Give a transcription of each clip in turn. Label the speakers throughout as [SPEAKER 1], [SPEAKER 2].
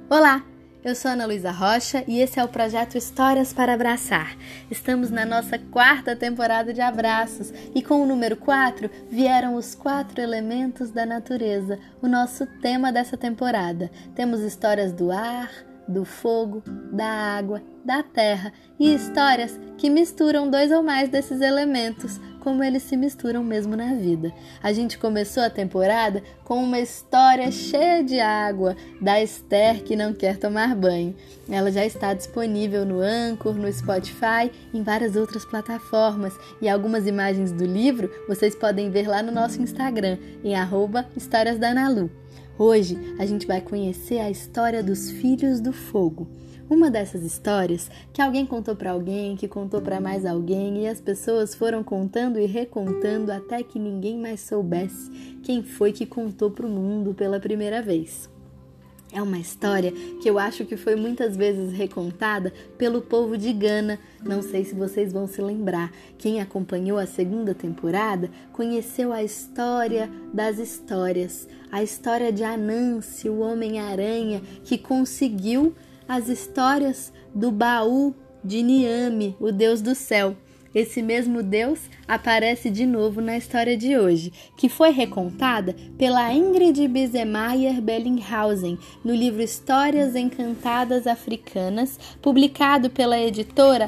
[SPEAKER 1] Olá, eu sou Ana Luísa Rocha e esse é o projeto Histórias para Abraçar. Estamos na nossa 4ª temporada de abraços e com o número 4 vieram os 4 elementos da natureza, o nosso tema dessa temporada. Temos histórias do ar, do fogo, da água, da terra e histórias que misturam 2 ou mais desses elementos, como eles se misturam mesmo na vida. A gente começou a temporada com uma história cheia de água, da Esther que não quer tomar banho. Ela já está disponível no Anchor, no Spotify, em várias outras plataformas e algumas imagens do livro vocês podem ver lá no nosso Instagram, em @historiasdanalu. Hoje a gente vai conhecer a história dos filhos do fogo. Uma dessas histórias que alguém contou para alguém, que contou para mais alguém e as pessoas foram contando e recontando até que ninguém mais soubesse quem foi que contou para o mundo pela primeira vez. É uma história que eu acho que foi muitas vezes recontada pelo povo de Gana. Não sei se vocês vão se lembrar. Quem acompanhou a 2ª temporada conheceu a história das histórias. A história de Anansi, o Homem-Aranha, que conseguiu as histórias do baú de Niame, o Deus do céu. Esse mesmo Deus aparece de novo na história de hoje, que foi recontada pela Ingrid Bisemeyer Bellinghausen no livro Histórias Encantadas Africanas, publicado pela editora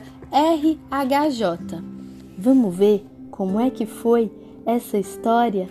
[SPEAKER 1] RHJ. Vamos ver como é que foi essa história?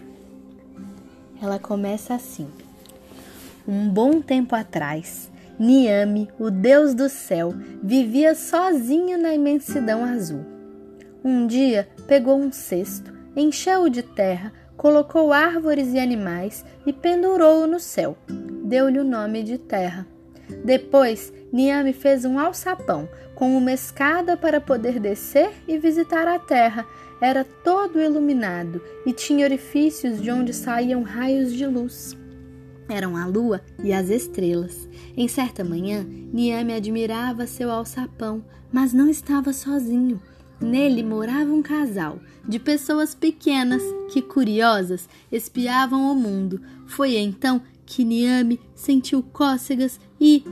[SPEAKER 1] Ela começa assim. Um bom tempo atrás, Niame, o Deus do céu, vivia sozinho na imensidão azul. Um dia pegou um cesto, encheu-o de terra, colocou árvores e animais e pendurou-o no céu. Deu-lhe o nome de terra. Depois, Niame fez um alçapão com uma escada para poder descer e visitar a terra. Era todo iluminado e tinha orifícios de onde saíam raios de luz. Eram a lua e as estrelas. Em certa manhã, Niame admirava seu alçapão, mas não estava sozinho. Nele morava um casal de pessoas pequenas que, curiosas, espiavam o mundo. Foi então que Niame sentiu cócegas e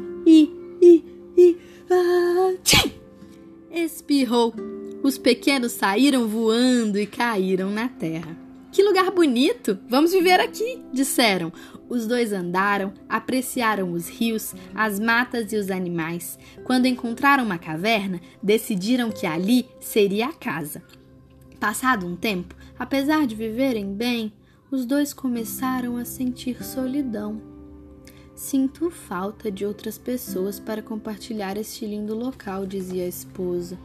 [SPEAKER 1] espirrou. Os pequenos saíram voando e caíram na terra. Que lugar bonito! Vamos viver aqui, disseram. Os 2 andaram, apreciaram os rios, as matas e os animais. Quando encontraram uma caverna, decidiram que ali seria a casa. Passado um tempo, apesar de viverem bem, os 2 começaram a sentir solidão. Sinto falta de outras pessoas para compartilhar este lindo local, dizia a esposa.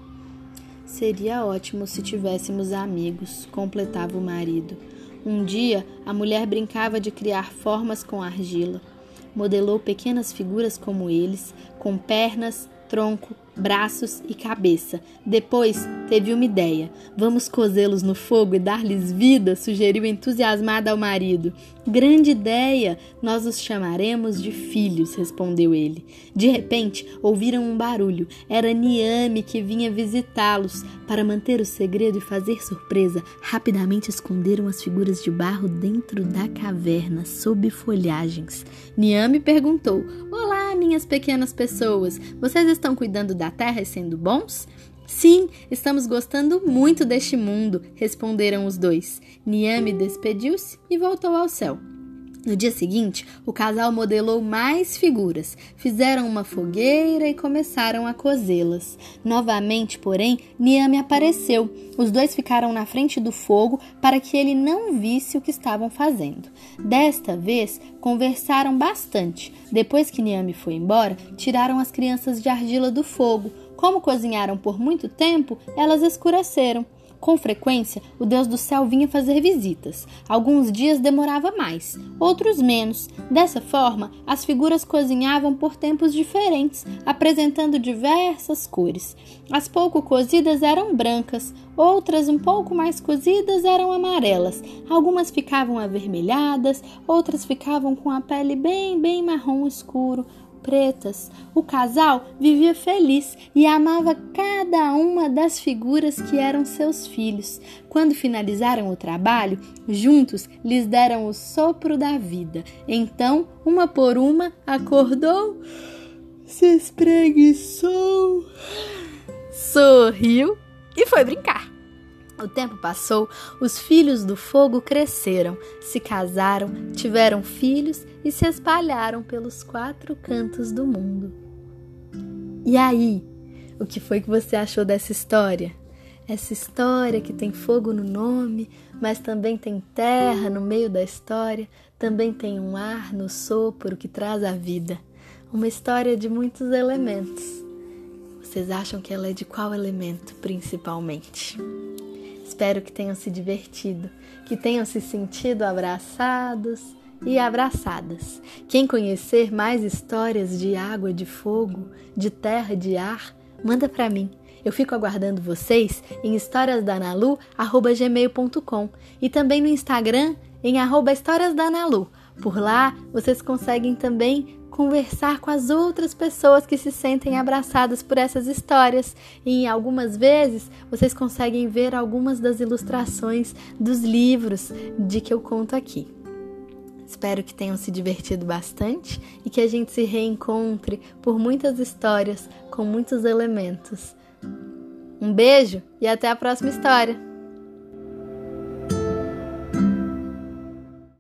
[SPEAKER 1] Seria ótimo se tivéssemos amigos, completava o marido. Um dia, a mulher brincava de criar formas com argila. Modelou pequenas figuras como eles, com pernas, tronco, braços e cabeça. Depois, teve uma ideia. Vamos cozê-los no fogo e dar-lhes vida, sugeriu entusiasmada ao marido. Grande ideia! Nós os chamaremos de filhos, respondeu ele. De repente, ouviram um barulho. Era Niame que vinha visitá-los. Para manter o segredo e fazer surpresa, rapidamente esconderam as figuras de barro dentro da caverna, sob folhagens. Niame perguntou: Olá, minhas pequenas pessoas, vocês estão cuidando da terra e sendo bons? Sim, estamos gostando muito deste mundo, responderam os 2. Niame despediu-se e voltou ao céu. No dia seguinte, o casal modelou mais figuras, fizeram uma fogueira e começaram a cozê-las. Novamente, porém, Niame apareceu. Os 2 ficaram na frente do fogo para que ele não visse o que estavam fazendo. Desta vez, conversaram bastante. Depois que Niame foi embora, tiraram as crianças de argila do fogo. Como cozinharam por muito tempo, elas escureceram. Com frequência, o Deus do céu vinha fazer visitas. Alguns dias demorava mais, outros menos. Dessa forma, as figuras cozinhavam por tempos diferentes, apresentando diversas cores. As pouco cozidas eram brancas, outras um pouco mais cozidas eram amarelas. Algumas ficavam avermelhadas, outras ficavam com a pele bem marrom escuro. Pretas. O casal vivia feliz e amava cada uma das figuras que eram seus filhos. Quando finalizaram o trabalho, juntos lhes deram o sopro da vida. Então, uma por uma, acordou se espreguiçou, sorriu e foi brincar. O tempo passou, os filhos do fogo cresceram, se casaram, tiveram filhos e se espalharam pelos 4 cantos do mundo. E aí, o que foi que você achou dessa história? Essa história que tem fogo no nome, mas também tem terra no meio da história, também tem um ar no sopro que traz a vida. Uma história de muitos elementos. Vocês acham que ela é de qual elemento, principalmente? Espero que tenham se divertido, que tenham se sentido abraçados e abraçadas. Quem conhecer mais histórias de água, de fogo, de terra, de ar, manda para mim. Eu fico aguardando vocês em historiasdanalu@gmail.com e também no Instagram em @historiasdanalu. Por lá, vocês conseguem também conversar com as outras pessoas que se sentem abraçadas por essas histórias. E algumas vezes, vocês conseguem ver algumas das ilustrações dos livros de que eu conto aqui. Espero que tenham se divertido bastante e que a gente se reencontre por muitas histórias com muitos elementos. Um beijo e até a próxima história!